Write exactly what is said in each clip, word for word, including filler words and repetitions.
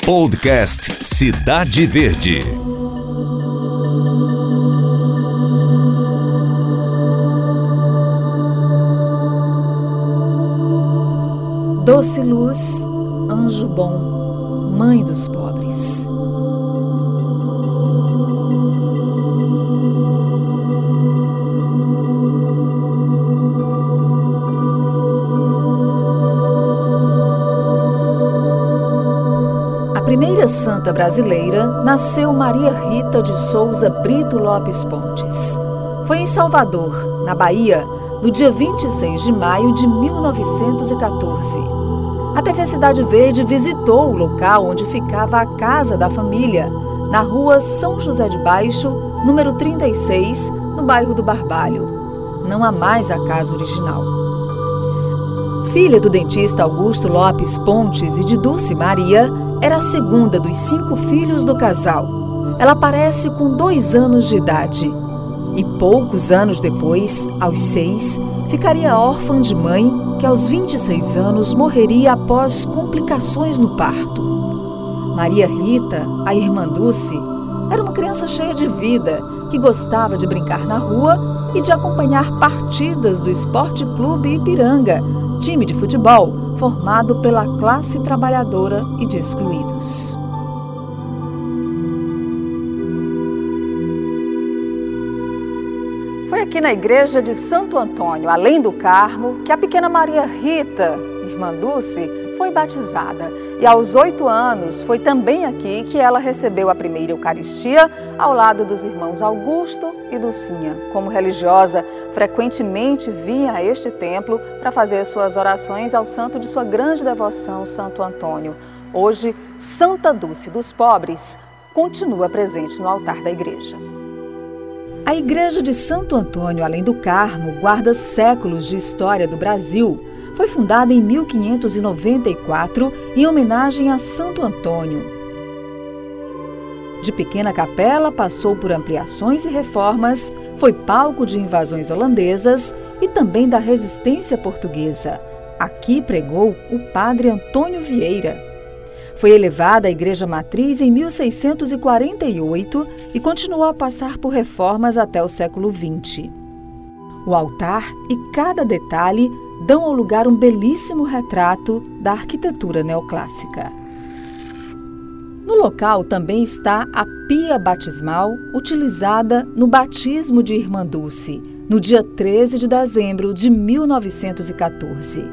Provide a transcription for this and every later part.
Podcast Cidade Verde. Doce luz, anjo bom, mãe dos pobres. A primeira santa brasileira nasceu Maria Rita de Souza Brito Lopes Pontes. Foi em Salvador, na Bahia, no dia vinte e seis de maio de mil novecentos e quatorze. A T V Cidade Verde visitou o local onde ficava a casa da família, na rua São José de Baixo, número trinta e seis, no bairro do Barbalho. Não há mais a casa original. Filha do dentista Augusto Lopes Pontes e de Dulce Maria, era a segunda dos cinco filhos do casal. Ela aparece com dois anos de idade. E poucos anos depois, aos seis, ficaria órfã de mãe, que aos vinte e seis anos morreria após complicações no parto. Maria Rita, a irmã Dulce, era uma criança cheia de vida, que gostava de brincar na rua e de acompanhar partidas do Esporte Clube Ipiranga, time de futebol formado pela classe trabalhadora e de excluídos. Foi aqui na igreja de Santo Antônio, além do Carmo, que a pequena Maria Rita, irmã Dulce, foi batizada. E aos oito anos foi também aqui que ela recebeu a primeira Eucaristia ao lado dos irmãos Augusto e Dulcinha. Como religiosa, frequentemente vinha a este templo para fazer suas orações ao santo de sua grande devoção, Santo Antônio. Hoje, Santa Dulce dos Pobres continua presente no altar da igreja. A igreja de Santo Antônio, além do Carmo, guarda séculos de história do Brasil. Foi fundada em mil quinhentos e noventa e quatro em homenagem a Santo Antônio. De pequena capela, passou por ampliações e reformas, foi palco de invasões holandesas e também da resistência portuguesa. Aqui pregou o padre Antônio Vieira. Foi elevada à igreja matriz em mil seiscentos e quarenta e oito e continuou a passar por reformas até o século vinte. O altar e cada detalhe dão ao lugar um belíssimo retrato da arquitetura neoclássica. No local também está a pia batismal utilizada no batismo de Irmã Dulce, no dia treze de dezembro de mil novecentos e quatorze.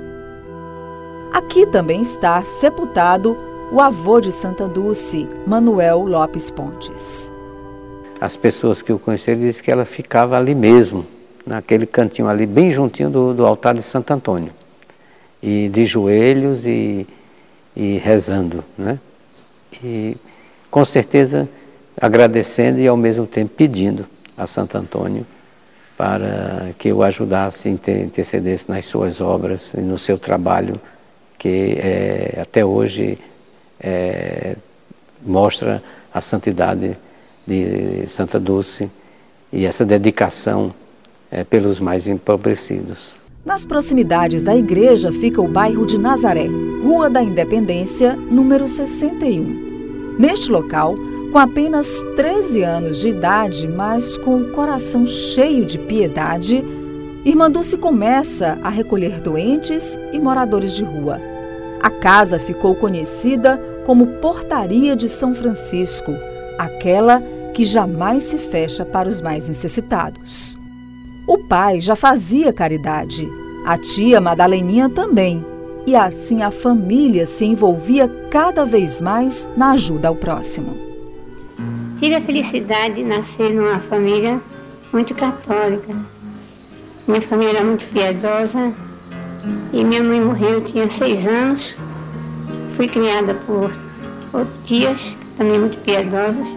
Aqui também está sepultado o avô de Santa Dulce, Manuel Lopes Pontes. As pessoas que o conheceram dizem que ela ficava ali mesmo, naquele cantinho ali, bem juntinho do, do altar de Santo Antônio, e de joelhos e, e rezando, né? E com certeza agradecendo e ao mesmo tempo pedindo a Santo Antônio para que o ajudasse, intercedesse nas suas obras e no seu trabalho, que é, até hoje é, mostra a santidade de Santa Dulce e essa dedicação é, pelos mais empobrecidos. Nas proximidades da igreja fica o bairro de Nazaré, Rua da Independência, número sessenta e um. Neste local, com apenas treze anos de idade, mas com o coração cheio de piedade, Irmã Dulce começa a recolher doentes e moradores de rua. A casa ficou conhecida como Portaria de São Francisco, aquela que jamais se fecha para os mais necessitados. O pai já fazia caridade, a tia Madaleninha também, e assim a família se envolvia cada vez mais na ajuda ao próximo. Tive a felicidade de nascer numa família muito católica. Minha família era muito piedosa e minha mãe morreu, eu tinha seis anos. Fui criada por tias, também muito piedosas.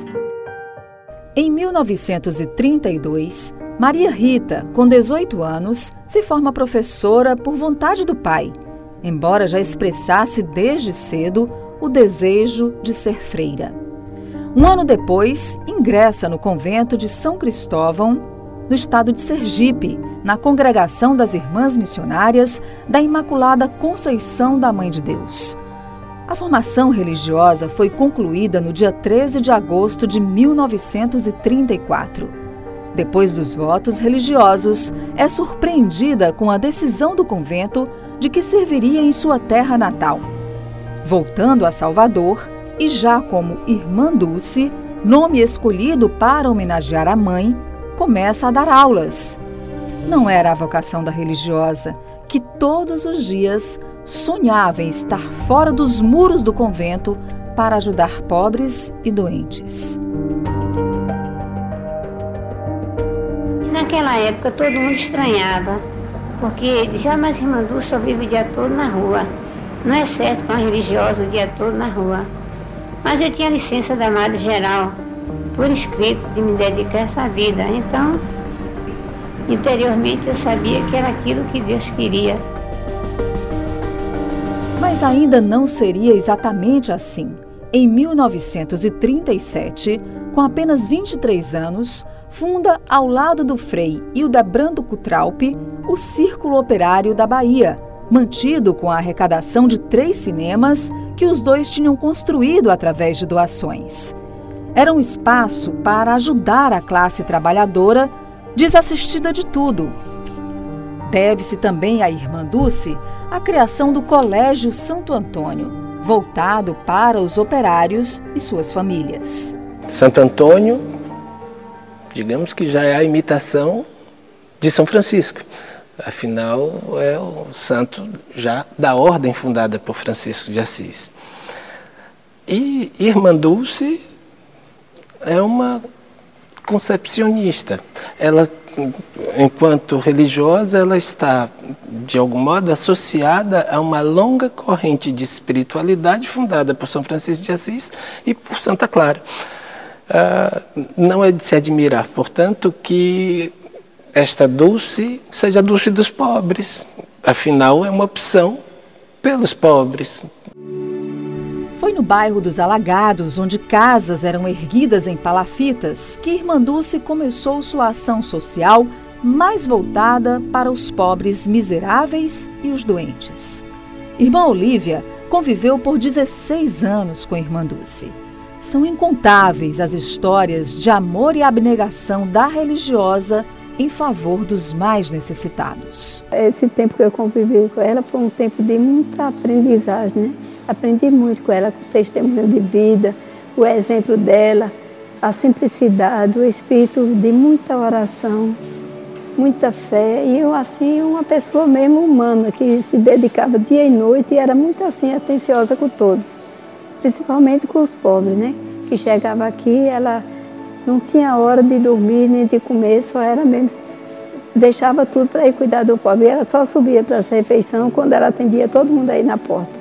Em mil novecentos e trinta e dois, Maria Rita, com dezoito anos, se forma professora por vontade do pai, embora já expressasse desde cedo o desejo de ser freira. Um ano depois, ingressa no convento de São Cristóvão, no estado de Sergipe, na Congregação das Irmãs Missionárias da Imaculada Conceição da Mãe de Deus. A formação religiosa foi concluída no dia treze de agosto de mil novecentos e trinta e quatro. Depois dos votos religiosos, é surpreendida com a decisão do convento de que serviria em sua terra natal. Voltando a Salvador, e já como Irmã Dulce, nome escolhido para homenagear a mãe, começa a dar aulas. Não era a vocação da religiosa, que todos os dias sonhava em estar fora dos muros do convento para ajudar pobres e doentes. Naquela época todo mundo estranhava, porque dizia, ah, mas Irmã Dulce só vive o dia todo na rua. Não é certo para uma religiosa o dia todo na rua. Mas eu tinha licença da Madre Geral, por escrito, de me dedicar a essa vida. Então, interiormente eu sabia que era aquilo que Deus queria. Mas ainda não seria exatamente assim. Em mil novecentos e trinta e sete, com apenas vinte e três anos, funda, ao lado do Frei Hildebrando Cutralpe, o Círculo Operário da Bahia, mantido com a arrecadação de três cinemas que os dois tinham construído através de doações. Era um espaço para ajudar a classe trabalhadora desassistida de tudo. Deve-se também à Irmã Dulce a criação do Colégio Santo Antônio, voltado para os operários e suas famílias. Santo Antônio, digamos que já é a imitação de São Francisco. Afinal, é o santo já da ordem fundada por Francisco de Assis. E Irmã Dulce é uma concepcionista. Ela, enquanto religiosa, ela está, de algum modo, associada a uma longa corrente de espiritualidade fundada por São Francisco de Assis e por Santa Clara. Ah, não é de se admirar, portanto, que esta Dulce seja a Dulce dos pobres. Afinal, é uma opção pelos pobres. Foi no bairro dos Alagados, onde casas eram erguidas em palafitas, que Irmã Dulce começou sua ação social mais voltada para os pobres miseráveis e os doentes. Irmã Olívia conviveu por dezesseis anos com Irmã Dulce. São incontáveis as histórias de amor e abnegação da religiosa em favor dos mais necessitados. Esse tempo que eu convivi com ela foi um tempo de muita aprendizagem, né? Aprendi muito com ela, com o testemunho de vida, o exemplo dela, a simplicidade, o espírito de muita oração, muita fé e eu, assim, uma pessoa mesmo humana que se dedicava dia e noite e era muito assim atenciosa com todos, principalmente com os pobres, né? Que chegava aqui, ela não tinha hora de dormir nem de comer, só era mesmo, deixava tudo para ir cuidar do pobre. Ela só subia para essa refeição quando ela atendia todo mundo aí na porta.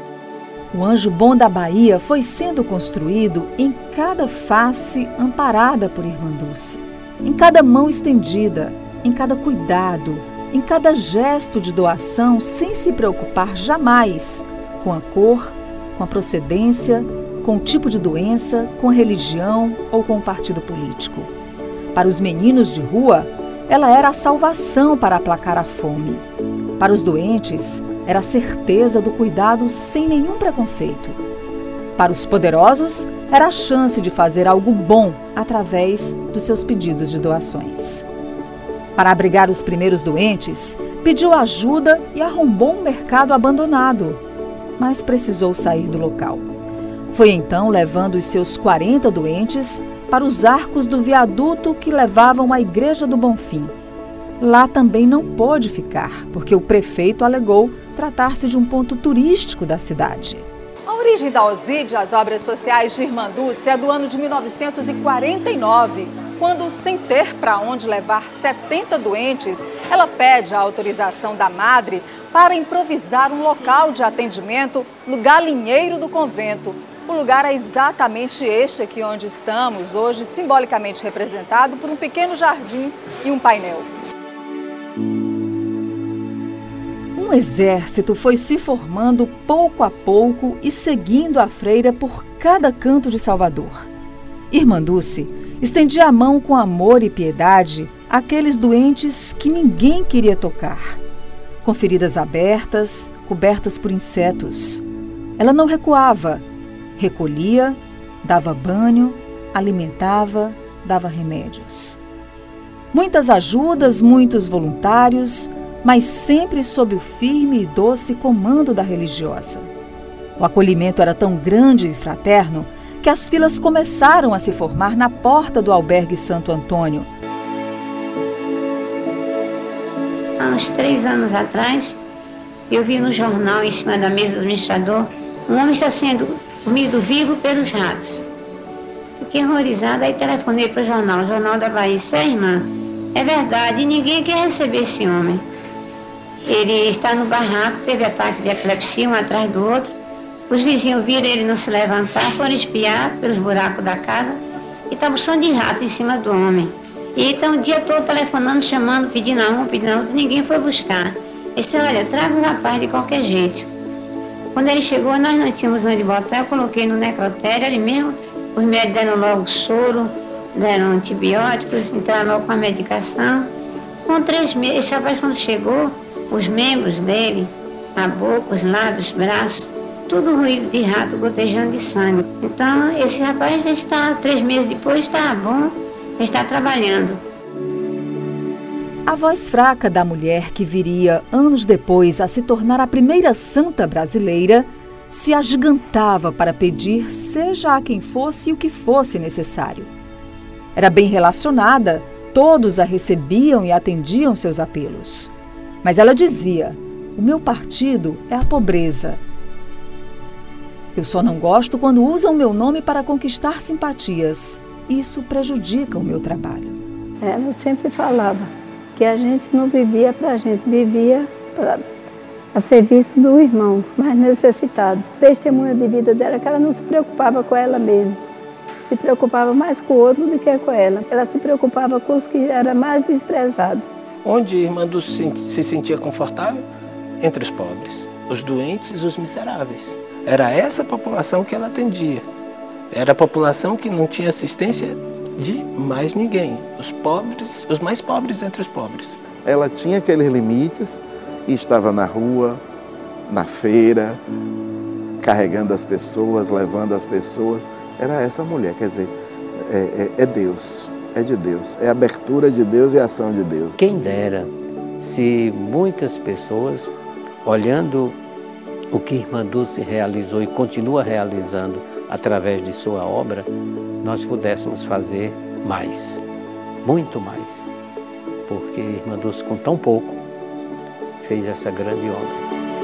O Anjo Bom da Bahia foi sendo construído em cada face amparada por Irmã Dulce, em cada mão estendida, em cada cuidado, em cada gesto de doação, sem se preocupar jamais com a cor, com a procedência, com o tipo de doença, com a religião ou com o partido político. Para os meninos de rua, ela era a salvação para aplacar a fome. Para os doentes, era a certeza do cuidado sem nenhum preconceito. Para os poderosos, era a chance de fazer algo bom através dos seus pedidos de doações. Para abrigar os primeiros doentes, pediu ajuda e arrombou um mercado abandonado, mas precisou sair do local. Foi então levando os seus quarenta doentes para os arcos do viaduto que levavam à Igreja do Bonfim. Lá também não pôde ficar, porque o prefeito alegou tratar-se de um ponto turístico da cidade. A origem da Osídia às obras sociais de Irmã Dulce é do ano de mil novecentos e quarenta e nove, quando, sem ter para onde levar setenta doentes, ela pede a autorização da madre para improvisar um local de atendimento no galinheiro do convento. O lugar é exatamente este aqui onde estamos, hoje simbolicamente representado por um pequeno jardim e um painel. Um exército foi se formando pouco a pouco e seguindo a freira por cada canto de Salvador. Irmã Dulce estendia a mão com amor e piedade àqueles doentes que ninguém queria tocar, com feridas abertas, cobertas por insetos. ela não recuava. Recolhia, dava banho, alimentava, dava remédios. Muitas ajudas, muitos voluntários, mas sempre sob o firme e doce comando da religiosa. O acolhimento era tão grande e fraterno que as filas começaram a se formar na porta do albergue Santo Antônio. Há uns três anos atrás, eu vi no jornal, em cima da mesa do administrador, um homem está sendo comido vivo pelos ratos. Fiquei horrorizada, aí telefonei para o jornal, o Jornal da Bahia. Disse, é, irmã, é verdade, ninguém quer receber esse homem. Ele está no barraco, teve ataque de epilepsia um atrás do outro. Os vizinhos viram ele não se levantar, foram espiar pelos buracos da casa e estava o som de rato em cima do homem. E então o dia todo telefonando, chamando, pedindo a um, pedindo a outro, ninguém foi buscar. Ele disse, olha, traga o rapaz de qualquer jeito. Quando ele chegou, nós não tínhamos onde botar, eu coloquei no necrotério, ali mesmo, os médicos deram logo soro, deram antibióticos, entraram logo com a medicação. Com três meses, esse rapaz quando chegou, os membros dele, a boca, os lábios, os braços, tudo ruído de rato, gotejando de sangue. Então, esse rapaz já está, três meses depois, está bom, já está trabalhando. A voz fraca da mulher que viria anos depois a se tornar a primeira santa brasileira se agigantava para pedir seja a quem fosse o que fosse necessário. Era bem relacionada, todos a recebiam e atendiam seus apelos. Mas ela dizia, o meu partido é a pobreza. Eu só não gosto quando usam meu nome para conquistar simpatias. Isso prejudica o meu trabalho. Ela sempre falava que a gente não vivia para a gente, vivia pra, a serviço do irmão mais necessitado. Testemunha de vida dela que ela não se preocupava com ela mesma. Se preocupava mais com o outro do que com ela. Ela se preocupava com os que eram mais desprezados. Onde a irmã Dulce se sentia confortável? Entre os pobres, os doentes e os miseráveis. Era essa a população que ela atendia. Era a população que não tinha assistência de mais ninguém. Os pobres, os mais pobres entre os pobres. Ela tinha aqueles limites e estava na rua, na feira, carregando as pessoas, levando as pessoas. Era essa mulher, quer dizer, é, é, é Deus, é de Deus, é a abertura de Deus e a ação de Deus. Quem dera se muitas pessoas, olhando o que Irmã Dulce realizou e continua realizando através de sua obra, nós pudéssemos fazer mais, muito mais, porque Irmã Dulce, com tão pouco, fez essa grande obra.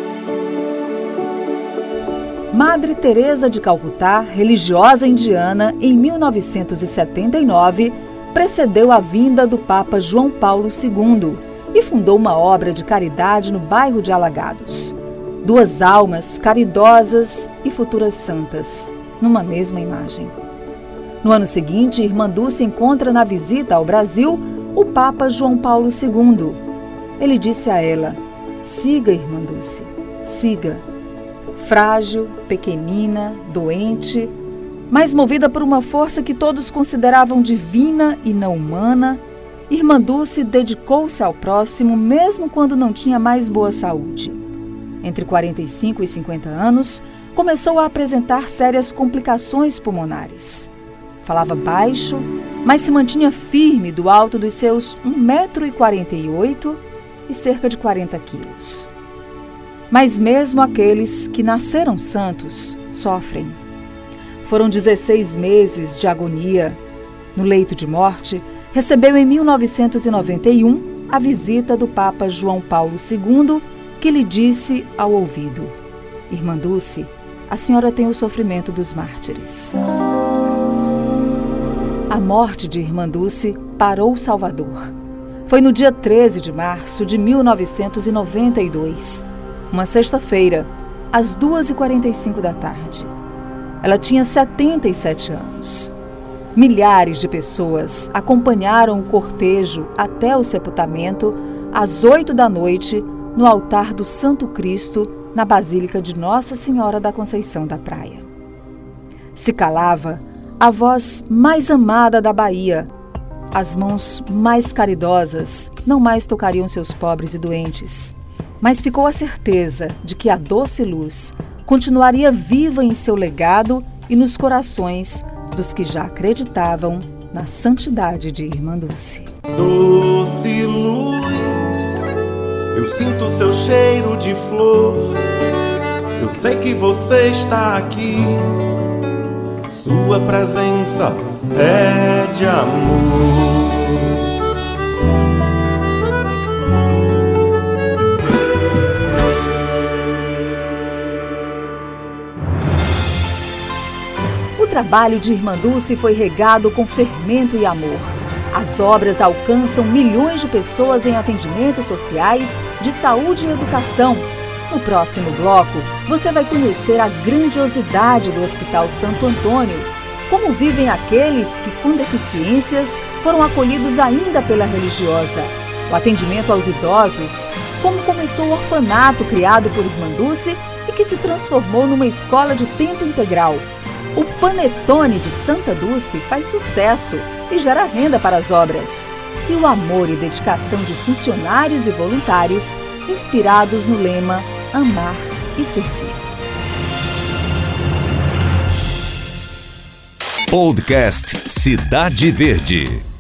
Madre Teresa de Calcutá, religiosa indiana, em mil novecentos e setenta e nove, precedeu a vinda do Papa João Paulo segundo e fundou uma obra de caridade no bairro de Alagados. Duas almas caridosas e futuras santas, numa mesma imagem. No ano seguinte, Irmã Dulce encontra na visita ao Brasil o Papa João Paulo segundo. Ele disse a ela, siga, Irmã Dulce, siga. Frágil, pequenina, doente, mas movida por uma força que todos consideravam divina e não humana, Irmã Dulce dedicou-se ao próximo mesmo quando não tinha mais boa saúde. Entre quarenta e cinco e cinquenta anos, começou a apresentar sérias complicações pulmonares. Falava baixo, mas se mantinha firme do alto dos seus um metro e quarenta e oito e cerca de quarenta quilos. Mas mesmo aqueles que nasceram santos sofrem. Foram dezesseis meses de agonia. No leito de morte, recebeu em mil novecentos e noventa e um a visita do Papa João Paulo segundo, que lhe disse ao ouvido, Irmã Dulce, a senhora tem o sofrimento dos mártires. A morte de Irmã Dulce parou Salvador. Foi no dia treze de março de mil novecentos e noventa e dois, uma sexta-feira, às duas e quarenta e cinco da tarde. Ela tinha setenta e sete anos. Milhares de pessoas acompanharam o cortejo até o sepultamento às oito da noite no altar do Santo Cristo, na Basílica de Nossa Senhora da Conceição da Praia. Se calava a voz mais amada da Bahia. As mãos mais caridosas não mais tocariam seus pobres e doentes, mas ficou a certeza de que a doce luz, continuaria viva em seu legado e nos corações dos que já acreditavam na santidade de Irmã Dulce. Doce luz, eu sinto seu cheiro de flor, eu sei que você está aqui, sua presença é de amor. O trabalho de Irmã Dulce foi regado com fermento e amor. As obras alcançam milhões de pessoas em atendimentos sociais, de saúde e educação. No próximo bloco, você vai conhecer a grandiosidade do Hospital Santo Antônio, como vivem aqueles que, com deficiências, foram acolhidos ainda pela religiosa. O atendimento aos idosos, como começou o orfanato criado por Irmã Dulce e que se transformou numa escola de tempo integral. O Panetone de Santa Dulce faz sucesso e gera renda para as obras. E o amor e dedicação de funcionários e voluntários, inspirados no lema Amar e Servir. Podcast Cidade Verde.